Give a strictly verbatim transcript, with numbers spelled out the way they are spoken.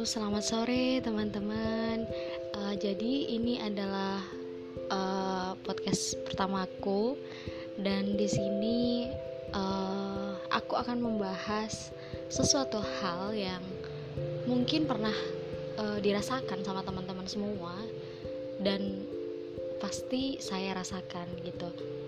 selamat sore teman-teman. Uh, jadi ini adalah uh, podcast pertamaku dan di sini uh, aku akan membahas sesuatu hal yang mungkin pernah uh, dirasakan sama teman-teman semua dan pasti saya rasakan gitu.